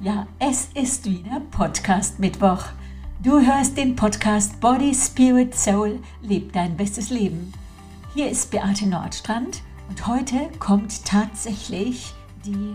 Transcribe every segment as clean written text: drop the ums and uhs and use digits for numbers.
Ja, es ist wieder Podcast-Mittwoch. Du hörst den Podcast Body, Spirit, Soul, leb dein bestes Leben. Hier ist Beate Nordstrand und heute kommt tatsächlich die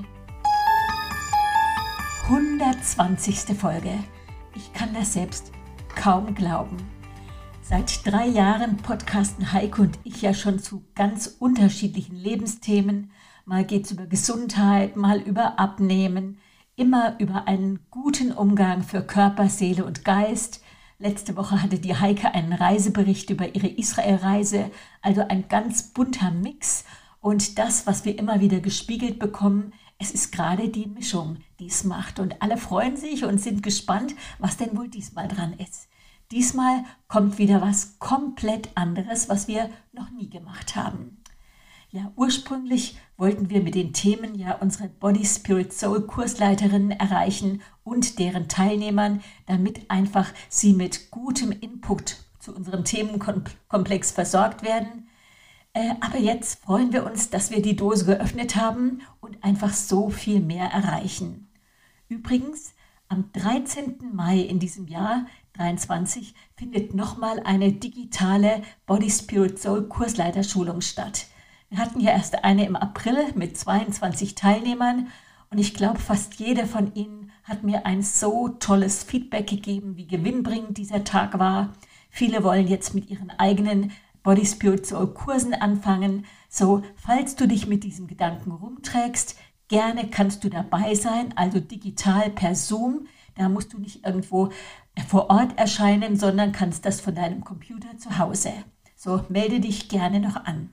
120. Folge. Ich kann das selbst kaum glauben. Seit 3 Jahren podcasten Heike und ich ja schon zu ganz unterschiedlichen Lebensthemen. Mal geht es über Gesundheit, mal über Abnehmen, immer über einen guten Umgang für Körper, Seele und Geist. Letzte Woche hatte die Heike einen Reisebericht über ihre Israel-Reise, also ein ganz bunter Mix. Und das, was wir immer wieder gespiegelt bekommen, es ist gerade die Mischung, die es macht. Und alle freuen sich und sind gespannt, was denn wohl diesmal dran ist. Diesmal kommt wieder was komplett anderes, was wir noch nie gemacht haben. Ja, ursprünglich wollten wir mit den Themen ja unsere Body, Spirit, Soul Kursleiterinnen erreichen und deren Teilnehmern, damit einfach sie mit gutem Input zu unserem Themenkomplex versorgt werden. Aber jetzt freuen wir uns, dass wir die Dose geöffnet haben und einfach so viel mehr erreichen. Übrigens, am 13. Mai in diesem Jahr 2023 findet nochmal eine digitale Body, Spirit, Soul Kursleiterschulung statt. Wir hatten ja erst eine im April mit 22 Teilnehmern und ich glaube, fast jeder von ihnen hat mir ein so tolles Feedback gegeben, wie gewinnbringend dieser Tag war. Viele wollen jetzt mit ihren eigenen Body, Spirit, Soul Kursen anfangen. So, falls du dich mit diesem Gedanken rumträgst, gerne kannst du dabei sein, also digital per Zoom. Da musst du nicht irgendwo vor Ort erscheinen, sondern kannst das von deinem Computer zu Hause. So, melde dich gerne noch an.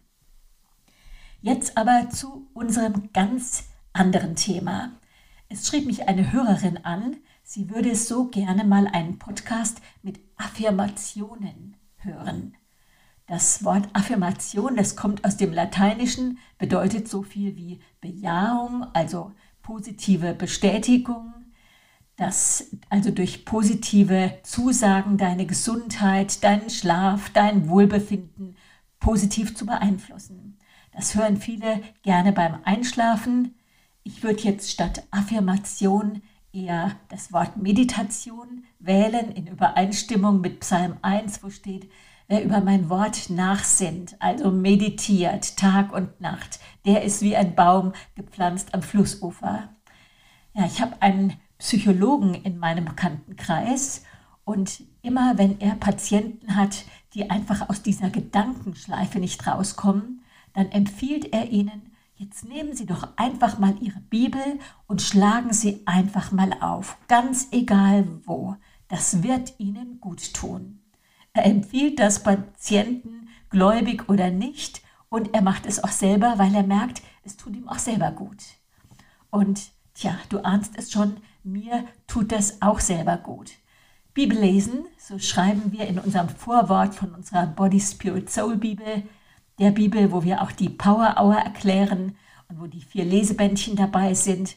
Jetzt aber zu unserem ganz anderen Thema. Es schrieb mich eine Hörerin an, sie würde so gerne mal einen Podcast mit Affirmationen hören. Das Wort Affirmation, das kommt aus dem Lateinischen, bedeutet so viel wie Bejahung, also positive Bestätigung, dass also durch positive Zusagen deine Gesundheit, deinen Schlaf, dein Wohlbefinden positiv zu beeinflussen. Das hören viele gerne beim Einschlafen. Ich würde jetzt statt Affirmation eher das Wort Meditation wählen, in Übereinstimmung mit Psalm 1, wo steht, wer über mein Wort nachsinnt, also meditiert Tag und Nacht, der ist wie ein Baum gepflanzt am Flussufer. Ja, ich habe einen Psychologen in meinem Bekanntenkreis und immer wenn er Patienten hat, die einfach aus dieser Gedankenschleife nicht rauskommen, dann empfiehlt er ihnen, jetzt nehmen Sie doch einfach mal Ihre Bibel und schlagen Sie einfach mal auf, ganz egal wo. Das wird Ihnen gut tun. Er empfiehlt das Patienten, gläubig oder nicht, und er macht es auch selber, weil er merkt, es tut ihm auch selber gut. Und tja, du ahnst es schon, mir tut das auch selber gut. Bibel lesen, so schreiben wir in unserem Vorwort von unserer Body, Spirit, Soul Bibel, der Bibel, wo wir auch die Power Hour erklären und wo die 4 Lesebändchen dabei sind.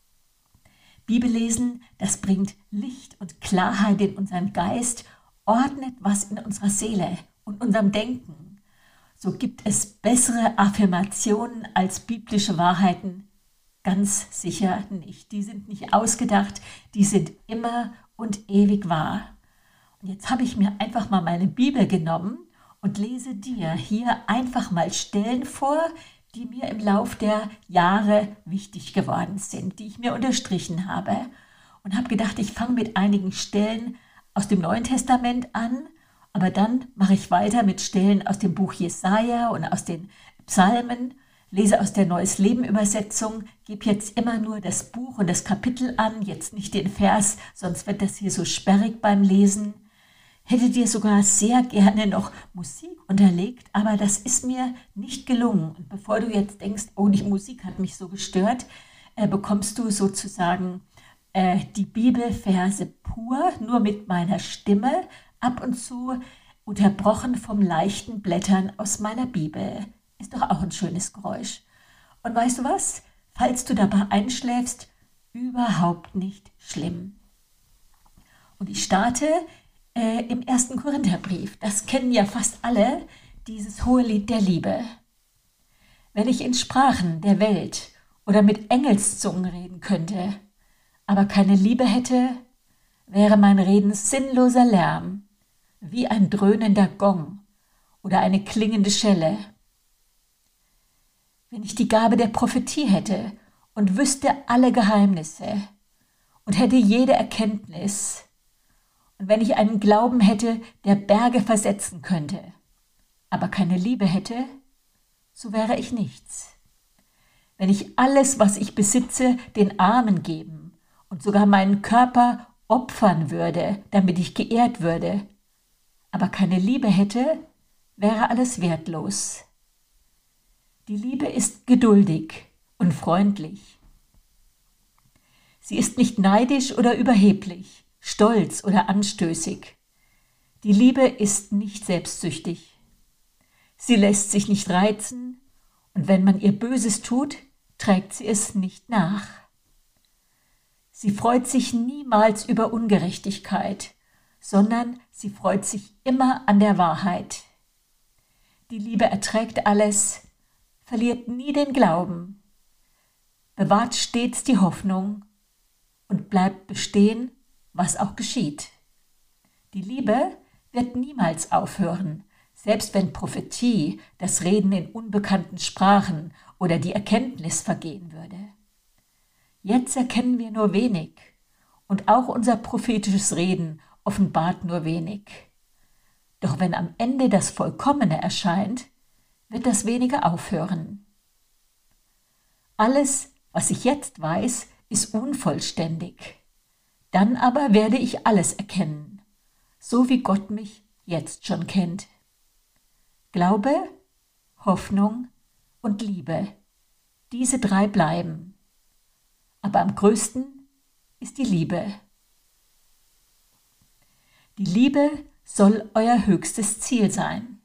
Bibel lesen, das bringt Licht und Klarheit in unseren Geist, ordnet was in unserer Seele und unserem Denken. So gibt es bessere Affirmationen als biblische Wahrheiten. Ganz sicher nicht. Die sind nicht ausgedacht, die sind immer und ewig wahr. Und jetzt habe ich mir einfach mal meine Bibel genommen und lese dir hier einfach mal Stellen vor, die mir im Lauf der Jahre wichtig geworden sind, die ich mir unterstrichen habe. Und habe gedacht, ich fange mit einigen Stellen aus dem Neuen Testament an, aber dann mache ich weiter mit Stellen aus dem Buch Jesaja und aus den Psalmen, lese aus der Neues Leben Übersetzung, gebe jetzt immer nur das Buch und das Kapitel an, jetzt nicht den Vers, sonst wird das hier so sperrig beim Lesen. Hätte dir sogar sehr gerne noch Musik unterlegt, aber das ist mir nicht gelungen. Und bevor du jetzt denkst, oh, die Musik hat mich so gestört, bekommst du sozusagen die Bibelverse pur, nur mit meiner Stimme, ab und zu unterbrochen vom leichten Blättern aus meiner Bibel. Ist doch auch ein schönes Geräusch. Und weißt du was? Falls du dabei einschläfst, überhaupt nicht schlimm. Und ich starte im 1. Korintherbrief. Das kennen ja fast alle, dieses hohe Lied der Liebe. Wenn ich in Sprachen der Welt oder mit Engelszungen reden könnte, aber keine Liebe hätte, wäre mein Reden sinnloser Lärm, wie ein dröhnender Gong oder eine klingende Schelle. Wenn ich die Gabe der Prophetie hätte und wüsste alle Geheimnisse und hätte jede Erkenntnis, und wenn ich einen Glauben hätte, der Berge versetzen könnte, aber keine Liebe hätte, so wäre ich nichts. Wenn ich alles, was ich besitze, den Armen geben und sogar meinen Körper opfern würde, damit ich geehrt würde, aber keine Liebe hätte, wäre alles wertlos. Die Liebe ist geduldig und freundlich. Sie ist nicht neidisch oder überheblich, stolz oder anstößig. Die Liebe ist nicht selbstsüchtig. Sie lässt sich nicht reizen und wenn man ihr Böses tut, trägt sie es nicht nach. Sie freut sich niemals über Ungerechtigkeit, sondern sie freut sich immer an der Wahrheit. Die Liebe erträgt alles, verliert nie den Glauben, bewahrt stets die Hoffnung und bleibt bestehen, was auch geschieht. Die Liebe wird niemals aufhören, selbst wenn Prophetie, das Reden in unbekannten Sprachen oder die Erkenntnis vergehen würde. Jetzt erkennen wir nur wenig und auch unser prophetisches Reden offenbart nur wenig. Doch wenn am Ende das Vollkommene erscheint, wird das Wenige aufhören. Alles, was ich jetzt weiß, ist unvollständig. Dann aber werde ich alles erkennen, so wie Gott mich jetzt schon kennt. Glaube, Hoffnung und Liebe, diese drei bleiben. Aber am größten ist die Liebe. Die Liebe soll euer höchstes Ziel sein.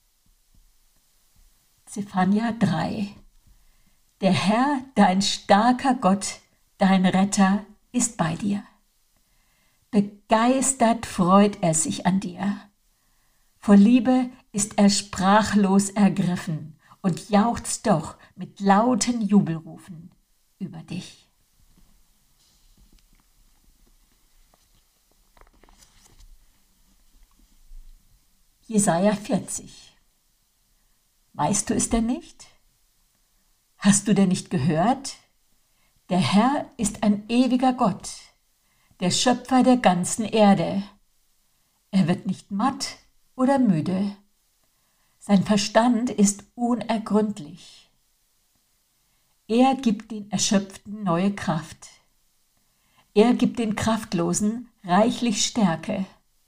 Zephania 3. Der Herr, dein starker Gott, dein Retter, ist bei dir. Begeistert freut er sich an dir. Vor Liebe ist er sprachlos ergriffen und jauchzt doch mit lauten Jubelrufen über dich. Jesaja 40. Weißt du es denn nicht? Hast du denn nicht gehört? Der Herr ist ein ewiger Gott, der Schöpfer der ganzen Erde. Er wird nicht matt oder müde. Sein Verstand ist unergründlich. Er gibt den Erschöpften neue Kraft. Er gibt den Kraftlosen reichlich Stärke.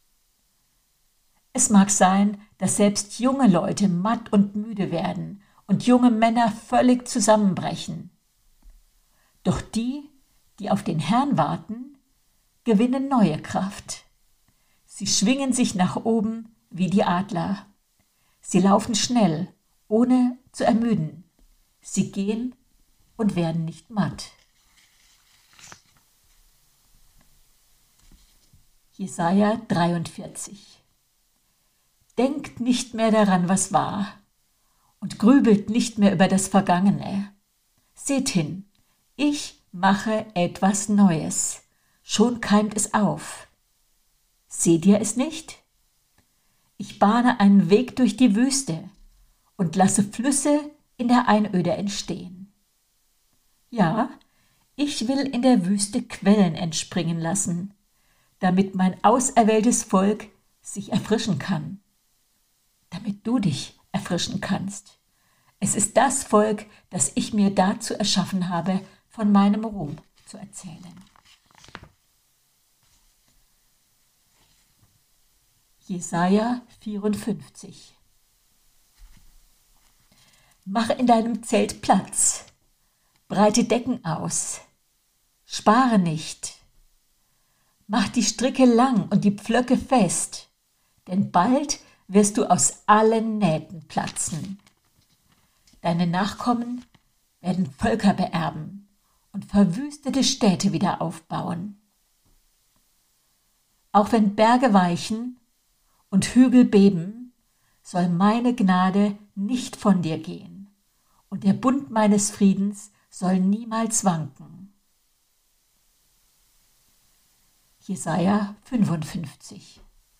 Es mag sein, dass selbst junge Leute matt und müde werden und junge Männer völlig zusammenbrechen. Doch die, die auf den Herrn warten, gewinnen neue Kraft. Sie schwingen sich nach oben wie die Adler. Sie laufen schnell, ohne zu ermüden. Sie gehen und werden nicht matt. Jesaja 43. Denkt nicht mehr daran, was war, und grübelt nicht mehr über das Vergangene. Seht hin, ich mache etwas Neues, schon keimt es auf. Seht ihr es nicht? Ich bahne einen Weg durch die Wüste und lasse Flüsse in der Einöde entstehen. Ja, ich will in der Wüste Quellen entspringen lassen, damit mein auserwähltes Volk sich erfrischen kann. Damit du dich erfrischen kannst. Es ist das Volk, das ich mir dazu erschaffen habe, von meinem Ruhm zu erzählen. Jesaja 54. Mach in deinem Zelt Platz, breite Decken aus, spare nicht. Mach die Stricke lang und die Pflöcke fest, denn bald wirst du aus allen Nähten platzen. Deine Nachkommen werden Völker beerben und verwüstete Städte wieder aufbauen. Auch wenn Berge weichen und Hügel beben, soll meine Gnade nicht von dir gehen und der Bund meines Friedens soll niemals wanken. Jesaja 55.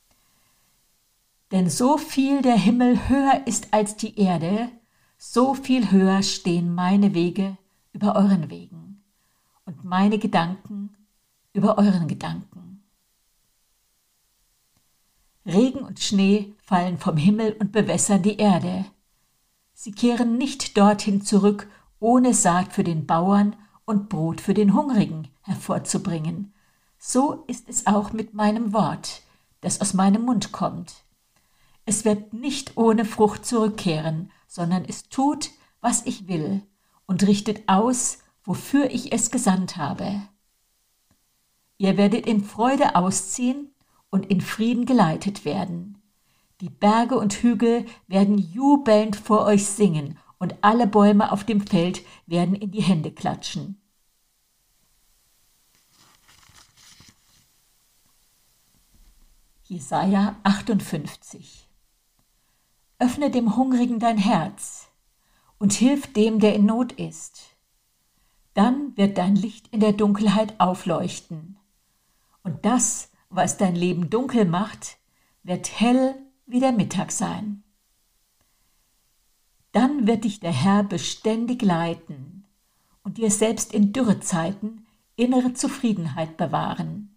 Denn so viel der Himmel höher ist als die Erde, so viel höher stehen meine Wege über euren Wegen und meine Gedanken über euren Gedanken. Regen und Schnee fallen vom Himmel und bewässern die Erde. Sie kehren nicht dorthin zurück, ohne Saat für den Bauern und Brot für den Hungrigen hervorzubringen. So ist es auch mit meinem Wort, das aus meinem Mund kommt. Es wird nicht ohne Frucht zurückkehren, sondern es tut, was ich will und richtet aus, wofür ich es gesandt habe. Ihr werdet in Freude ausziehen und in Frieden geleitet werden. Die Berge und Hügel werden jubelnd vor euch singen und alle Bäume auf dem Feld werden in die Hände klatschen. Jesaja 58. Öffne dem Hungrigen dein Herz und hilf dem, der in Not ist. Dann wird dein Licht in der Dunkelheit aufleuchten. Und das, was dein Leben dunkel macht, wird hell wie der Mittag sein. Dann wird dich der Herr beständig leiten und dir selbst in Dürrezeiten innere Zufriedenheit bewahren.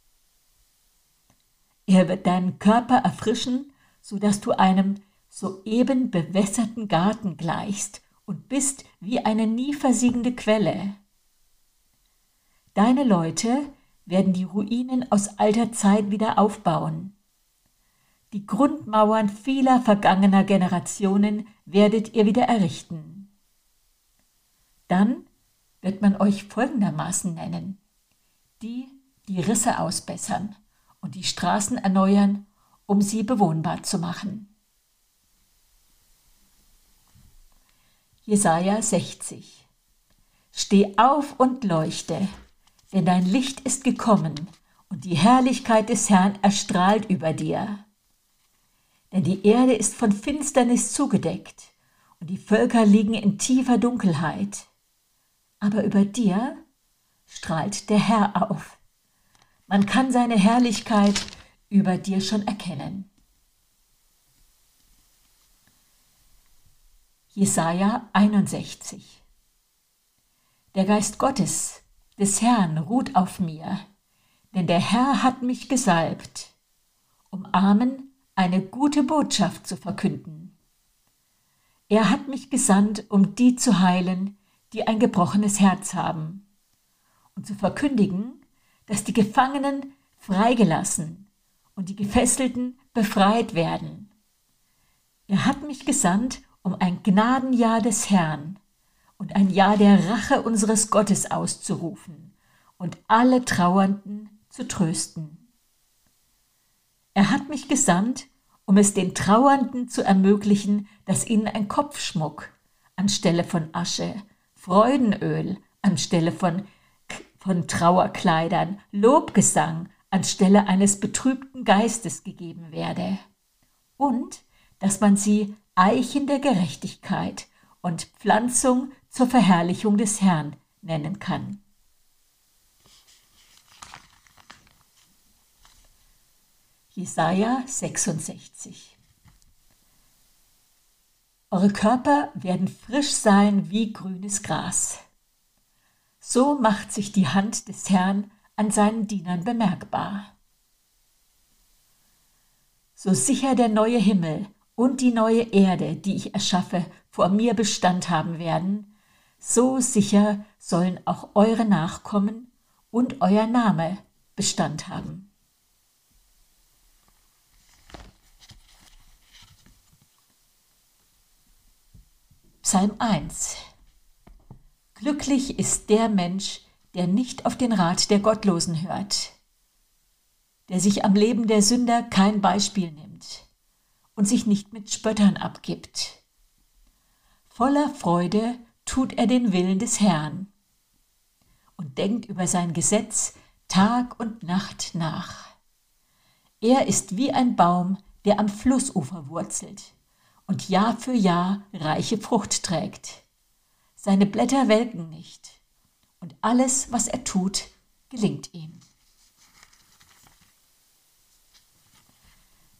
Er wird deinen Körper erfrischen, sodass du einem soeben bewässerten Garten gleichst und bist wie eine nie versiegende Quelle. Deine Leute werden die Ruinen aus alter Zeit wieder aufbauen. Die Grundmauern vieler vergangener Generationen werdet ihr wieder errichten. Dann wird man euch folgendermaßen nennen: die, die Risse ausbessern und die Straßen erneuern, um sie bewohnbar zu machen. Jesaja 60. Steh auf und leuchte, denn dein Licht ist gekommen und die Herrlichkeit des Herrn erstrahlt über dir. Denn die Erde ist von Finsternis zugedeckt und die Völker liegen in tiefer Dunkelheit. Aber über dir strahlt der Herr auf. Man kann seine Herrlichkeit über dir schon erkennen. Jesaja 61. Der Geist Gottes, des Herrn, ruht auf mir, denn der Herr hat mich gesalbt, um Armen eine gute Botschaft zu verkünden. Er hat mich gesandt, um die zu heilen, die ein gebrochenes Herz haben, und zu verkündigen, dass die Gefangenen freigelassen und die Gefesselten befreit werden. Er hat mich gesandt, um ein Gnadenjahr des Herrn und ein Jahr der Rache unseres Gottes auszurufen und alle Trauernden zu trösten. Er hat mich gesandt, um es den Trauernden zu ermöglichen, dass ihnen ein Kopfschmuck anstelle von Asche, Freudenöl anstelle von Trauerkleidern, Lobgesang anstelle eines betrübten Geistes gegeben werde, und dass man sie Eichen der Gerechtigkeit und Pflanzung zur Verherrlichung des Herrn nennen kann. Jesaja 66. Eure Körper werden frisch sein wie grünes Gras. So macht sich die Hand des Herrn an seinen Dienern bemerkbar. So sicher der neue Himmel und die neue Erde, die ich erschaffe, vor mir Bestand haben werden, so sicher sollen auch eure Nachkommen und euer Name Bestand haben. Psalm 1. Glücklich ist der Mensch, der nicht auf den Rat der Gottlosen hört, der sich am Leben der Sünder kein Beispiel nimmt und sich nicht mit Spöttern abgibt. Voller Freude tut er den Willen des Herrn und denkt über sein Gesetz Tag und Nacht nach. Er ist wie ein Baum, der am Flussufer wurzelt und Jahr für Jahr reiche Frucht trägt. Seine Blätter welken nicht und alles, was er tut, gelingt ihm.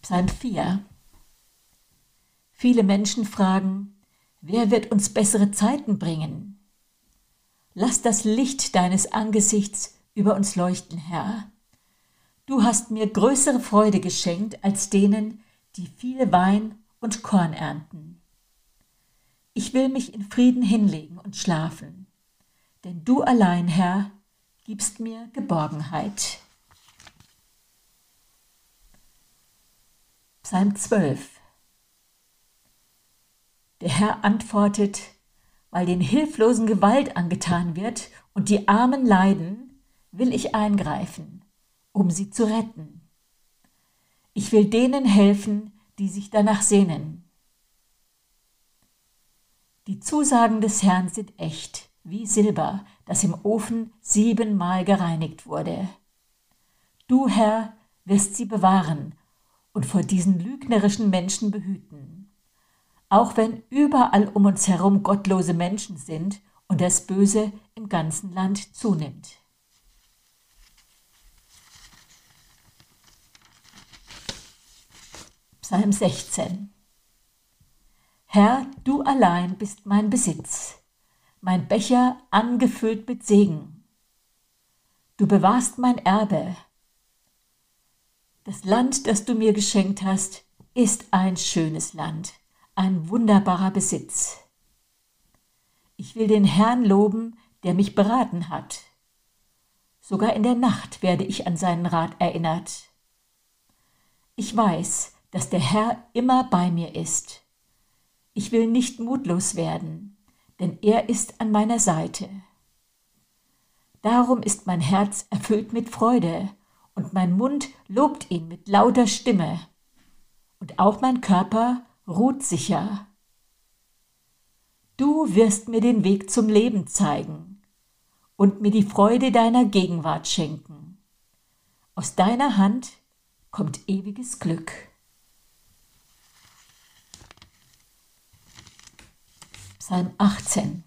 Psalm 4. Viele Menschen fragen, wer wird uns bessere Zeiten bringen? Lass das Licht deines Angesichts über uns leuchten, Herr. Du hast mir größere Freude geschenkt als denen, die viel Wein und Korn ernten. Ich will mich in Frieden hinlegen und schlafen, denn du allein, Herr, gibst mir Geborgenheit. Psalm 12. Der Herr antwortet, weil den Hilflosen Gewalt angetan wird und die Armen leiden, will ich eingreifen, um sie zu retten. Ich will denen helfen, die sich danach sehnen. Die Zusagen des Herrn sind echt, wie Silber, das im Ofen 7-mal gereinigt wurde. Du, Herr, wirst sie bewahren und vor diesen lügnerischen Menschen behüten. Auch wenn überall um uns herum gottlose Menschen sind und das Böse im ganzen Land zunimmt. Psalm 16. Herr, du allein bist mein Besitz, mein Becher angefüllt mit Segen. Du bewahrst mein Erbe. Das Land, das du mir geschenkt hast, ist ein schönes Land, ein wunderbarer Besitz. Ich will den Herrn loben, der mich beraten hat. Sogar in der Nacht werde ich an seinen Rat erinnert. Ich weiß, dass der Herr immer bei mir ist. Ich will nicht mutlos werden, denn er ist an meiner Seite. Darum ist mein Herz erfüllt mit Freude und mein Mund lobt ihn mit lauter Stimme. Und auch mein Körper ruht sicher. Du wirst mir den Weg zum Leben zeigen und mir die Freude deiner Gegenwart schenken. Aus deiner Hand kommt ewiges Glück. Psalm 18.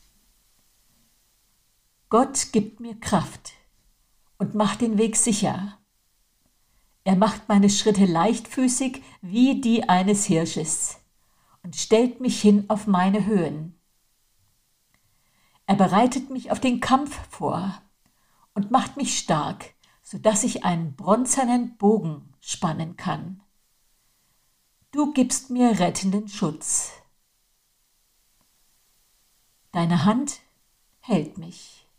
Gott gibt mir Kraft und macht den Weg sicher. Er macht meine Schritte leichtfüßig wie die eines Hirsches und stellt mich hin auf meine Höhen. Er bereitet mich auf den Kampf vor und macht mich stark, sodass ich einen bronzenen Bogen spannen kann. Du gibst mir rettenden Schutz. Deine Hand hält mich.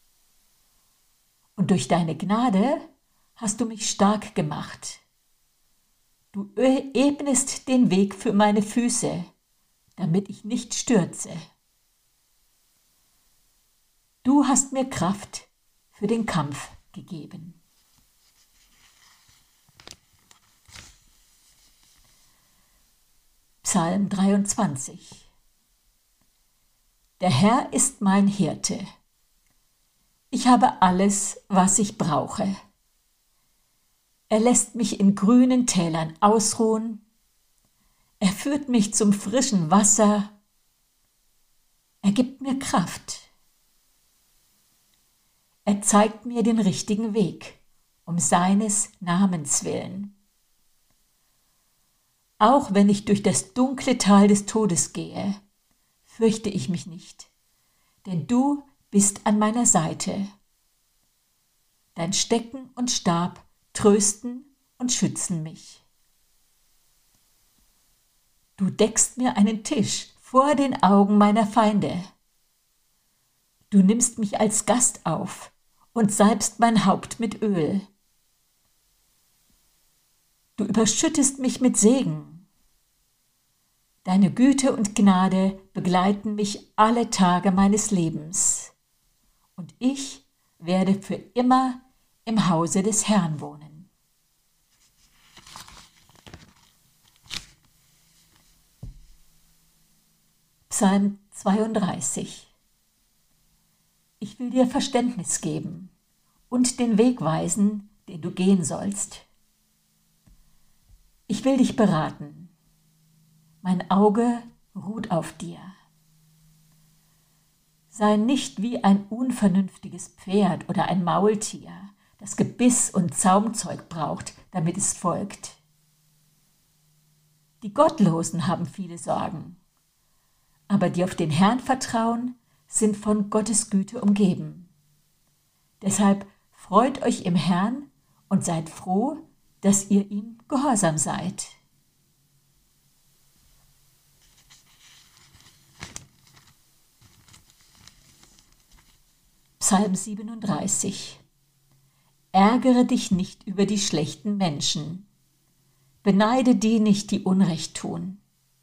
Und durch deine Gnade hast du mich stark gemacht. Du ebnest den Weg für meine Füße, damit ich nicht stürze. Du hast mir Kraft für den Kampf gegeben. Psalm 23. Der Herr ist mein Hirte. Ich habe alles, was ich brauche. Er lässt mich in grünen Tälern ausruhen. Er führt mich zum frischen Wasser. Er gibt mir Kraft. Er zeigt mir den richtigen Weg, um seines Namens willen. Auch wenn ich durch das dunkle Tal des Todes gehe, fürchte ich mich nicht, denn du bist an meiner Seite. Dein Stecken und Stab trösten und schützen mich. Du deckst mir einen Tisch vor den Augen meiner Feinde. Du nimmst mich als Gast auf und salbst mein Haupt mit Öl. Du überschüttest mich mit Segen. Deine Güte und Gnade begleiten mich alle Tage meines Lebens. Und ich werde für immer im Hause des Herrn wohnen. Psalm 32. Ich will dir Verständnis geben und den Weg weisen, den du gehen sollst. Ich will dich beraten. Mein Auge ruht auf dir. Sei nicht wie ein unvernünftiges Pferd oder ein Maultier, das Gebiss und Zaumzeug braucht, damit es folgt. Die Gottlosen haben viele Sorgen, aber die auf den Herrn vertrauen, sind von Gottes Güte umgeben. Deshalb freut euch im Herrn und seid froh, dass ihr ihm gehorsam seid. Psalm 37. Ärgere dich nicht über die schlechten Menschen. Beneide die nicht, die Unrecht tun.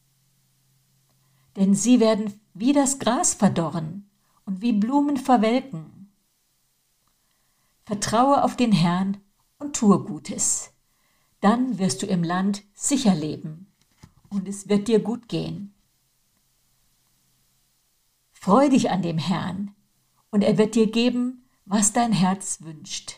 Denn sie werden wie das Gras verdorren und wie Blumen verwelken. Vertraue auf den Herrn und tue Gutes. Dann wirst du im Land sicher leben und es wird dir gut gehen. Freu dich an dem Herrn und er wird dir geben, was dein Herz wünscht.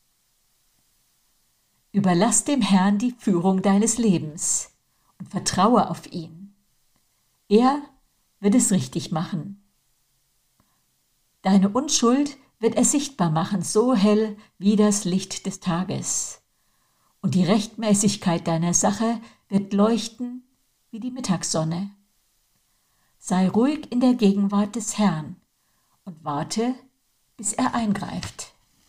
Überlass dem Herrn die Führung deines Lebens und vertraue auf ihn. Er wird es richtig machen. Deine Unschuld wird er sichtbar machen, so hell wie das Licht des Tages. Und die Rechtmäßigkeit deiner Sache wird leuchten wie die Mittagssonne. Sei ruhig in der Gegenwart des Herrn und warte, bis er eingreift.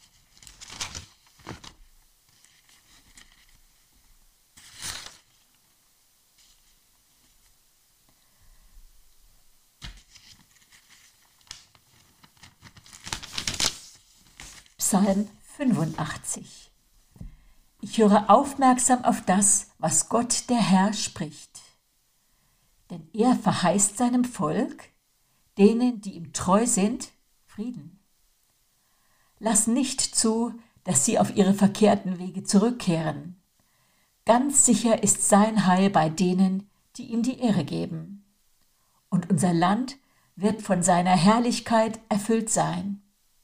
Psalm 85. Ich höre aufmerksam auf das, was Gott der Herr spricht. Denn er verheißt seinem Volk, denen, die ihm treu sind, Frieden. Lass nicht zu, dass sie auf ihre verkehrten Wege zurückkehren. Ganz sicher ist sein Heil bei denen, die ihm die Ehre geben. Und unser Land wird von seiner Herrlichkeit erfüllt sein.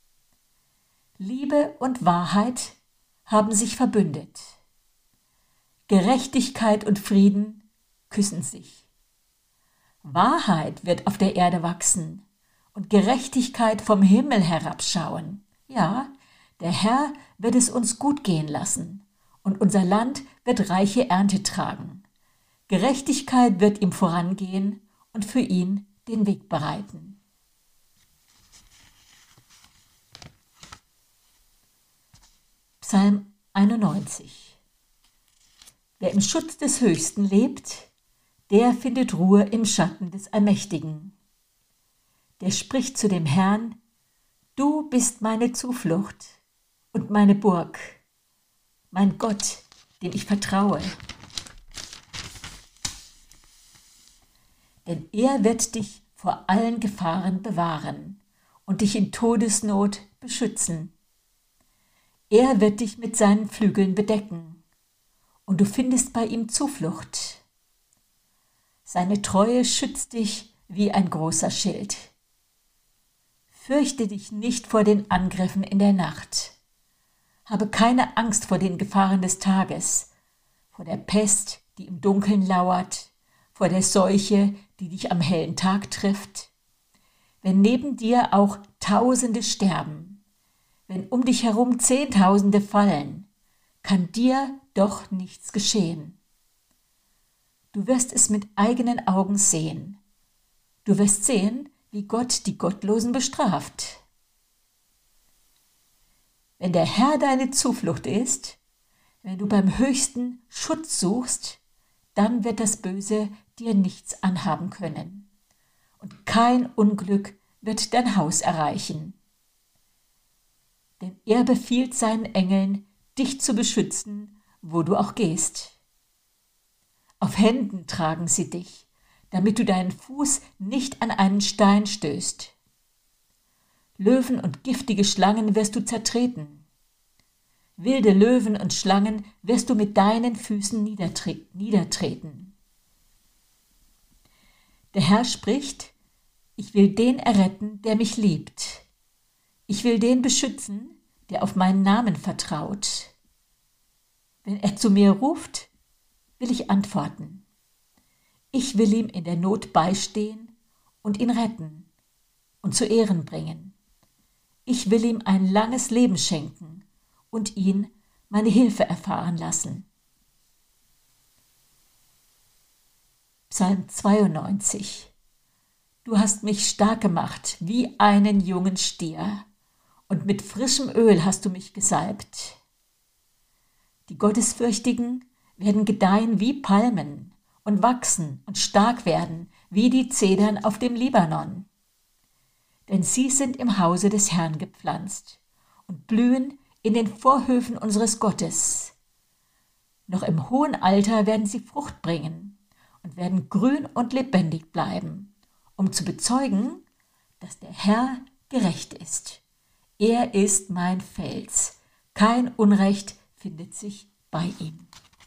Liebe und Wahrheit haben sich verbündet. Gerechtigkeit und Frieden küssen sich. Wahrheit wird auf der Erde wachsen und Gerechtigkeit vom Himmel herabschauen. Ja, der Herr wird es uns gut gehen lassen und unser Land wird reiche Ernte tragen. Gerechtigkeit wird ihm vorangehen und für ihn den Weg bereiten. Psalm 91. Wer im Schutz des Höchsten lebt, der findet Ruhe im Schatten des Allmächtigen. Der spricht zu dem Herrn: Du bist meine Zuflucht und meine Burg, mein Gott, dem ich vertraue. Denn er wird dich vor allen Gefahren bewahren und dich in Todesnot beschützen. Er wird dich mit seinen Flügeln bedecken und du findest bei ihm Zuflucht. Seine Treue schützt dich wie ein großer Schild. Fürchte dich nicht vor den Angriffen in der Nacht. Habe keine Angst vor den Gefahren des Tages, vor der Pest, die im Dunkeln lauert, vor der Seuche, die dich am hellen Tag trifft. Wenn neben dir auch Tausende sterben, wenn um dich herum Zehntausende fallen, kann dir doch nichts geschehen. Du wirst es mit eigenen Augen sehen. Du wirst sehen, wie Gott die Gottlosen bestraft. Wenn der Herr deine Zuflucht ist, wenn du beim Höchsten Schutz suchst, dann wird das Böse dir nichts anhaben können. Und kein Unglück wird dein Haus erreichen. Denn er befiehlt seinen Engeln, dich zu beschützen, wo du auch gehst. Auf Händen tragen sie dich, damit du deinen Fuß nicht an einen Stein stößt. Löwen und giftige Schlangen wirst du zertreten. Wilde Löwen und Schlangen wirst du mit deinen Füßen niedertreten. Der Herr spricht: Ich will den erretten, der mich liebt. Ich will den beschützen, der auf meinen Namen vertraut. Wenn er zu mir ruft, will ich antworten. Ich will ihm in der Not beistehen und ihn retten und zu Ehren bringen. Ich will ihm ein langes Leben schenken und ihn, meine Hilfe, erfahren lassen. Psalm 92. Du hast mich stark gemacht wie einen jungen Stier, und mit frischem Öl hast du mich gesalbt. Die Gottesfürchtigen werden gedeihen wie Palmen und wachsen und stark werden wie die Zedern auf dem Libanon. Denn sie sind im Hause des Herrn gepflanzt und blühen in den Vorhöfen unseres Gottes. Noch im hohen Alter werden sie Frucht bringen und werden grün und lebendig bleiben, um zu bezeugen, dass der Herr gerecht ist. Er ist mein Fels. Kein Unrecht findet sich bei ihm.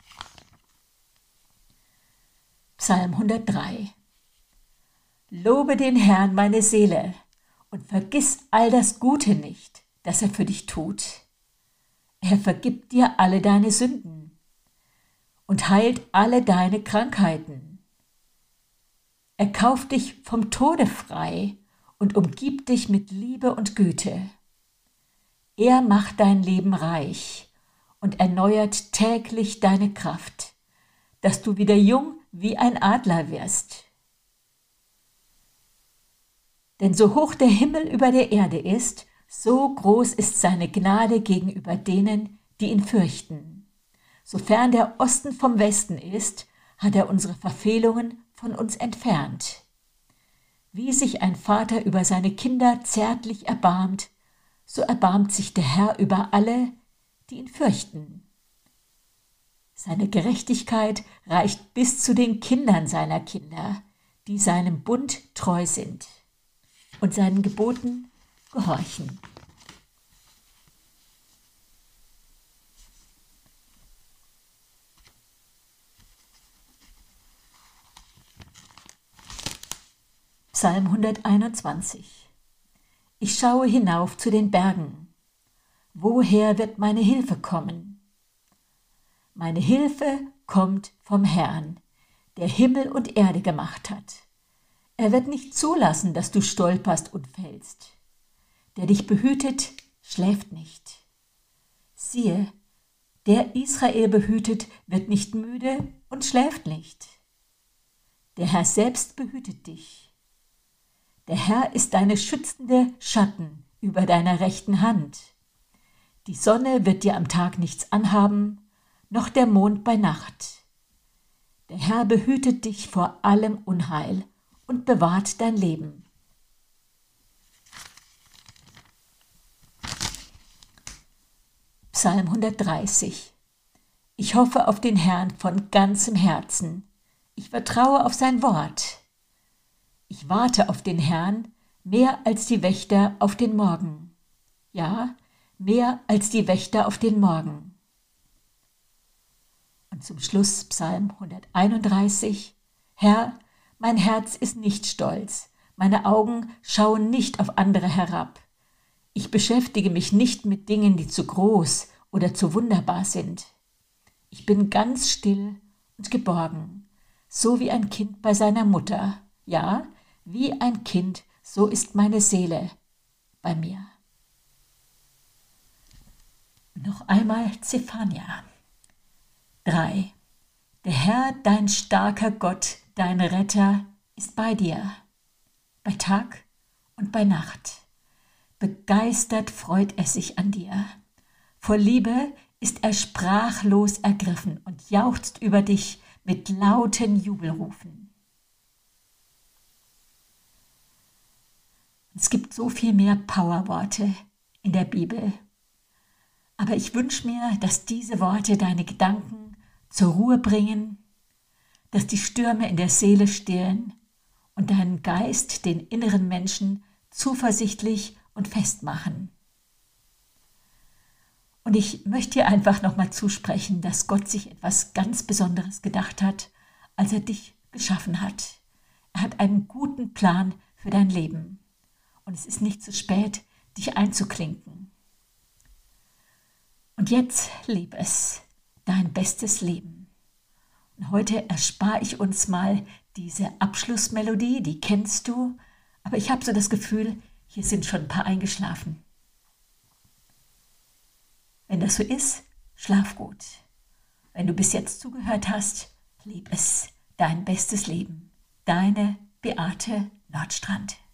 Psalm 103. Lobe den Herrn, meine Seele, und vergiss all das Gute nicht, das er für dich tut. Er vergibt dir alle deine Sünden und heilt alle deine Krankheiten. Er kauft dich vom Tode frei und umgibt dich mit Liebe und Güte. Er macht dein Leben reich und erneuert täglich deine Kraft, dass du wieder jung wie ein Adler wirst. Denn so hoch der Himmel über der Erde ist, so groß ist seine Gnade gegenüber denen, die ihn fürchten. Sofern der Osten vom Westen ist, hat er unsere Verfehlungen von uns entfernt. Wie sich ein Vater über seine Kinder zärtlich erbarmt, so erbarmt sich der Herr über alle, die ihn fürchten. Seine Gerechtigkeit reicht bis zu den Kindern seiner Kinder, die seinem Bund treu sind und seinen Geboten gehorchen. Psalm 121. Ich schaue hinauf zu den Bergen. Woher wird meine Hilfe kommen? Meine Hilfe kommt vom Herrn, der Himmel und Erde gemacht hat. Er wird nicht zulassen, dass du stolperst und fällst. Der dich behütet, schläft nicht. Siehe, der Israel behütet, wird nicht müde und schläft nicht. Der Herr selbst behütet dich. Der Herr ist deine schützende Schatten über deiner rechten Hand. Die Sonne wird dir am Tag nichts anhaben, noch der Mond bei Nacht. Der Herr behütet dich vor allem Unheil und bewahrt dein Leben. Psalm 130. Ich hoffe auf den Herrn von ganzem Herzen. Ich vertraue auf sein Wort. Ich warte auf den Herrn mehr als die Wächter auf den Morgen. Ja, mehr als die Wächter auf den Morgen. Und zum Schluss Psalm 131. Herr, mein Herz ist nicht stolz, meine Augen schauen nicht auf andere herab. Ich beschäftige mich nicht mit Dingen, die zu groß oder zu wunderbar sind. Ich bin ganz still und geborgen, so wie ein Kind bei seiner Mutter. Ja, wie ein Kind, so ist meine Seele bei mir. Noch einmal Zephania 3. Der Herr, dein starker Gott, dein Retter, ist bei dir, bei Tag und bei Nacht. Begeistert freut er sich an dir. Vor Liebe ist er sprachlos ergriffen und jauchzt über dich mit lauten Jubelrufen. Es gibt so viel mehr Powerworte in der Bibel. Aber ich wünsche mir, dass diese Worte deine Gedanken zur Ruhe bringen, dass die Stürme in der Seele stillen und deinen Geist, den inneren Menschen, zuversichtlich und fest machen. Und ich möchte dir einfach nochmal zusprechen, dass Gott sich etwas ganz Besonderes gedacht hat, als er dich geschaffen hat. Er hat einen guten Plan für dein Leben. Und es ist nicht zu spät, dich einzuklinken. Und jetzt leb es, dein bestes Leben. Und heute erspare ich uns mal diese Abschlussmelodie, die kennst du, aber ich habe so das Gefühl, hier sind schon ein paar eingeschlafen. Wenn das so ist, schlaf gut. Wenn du bis jetzt zugehört hast, leb es, dein bestes Leben. Deine Beate Nordstrand.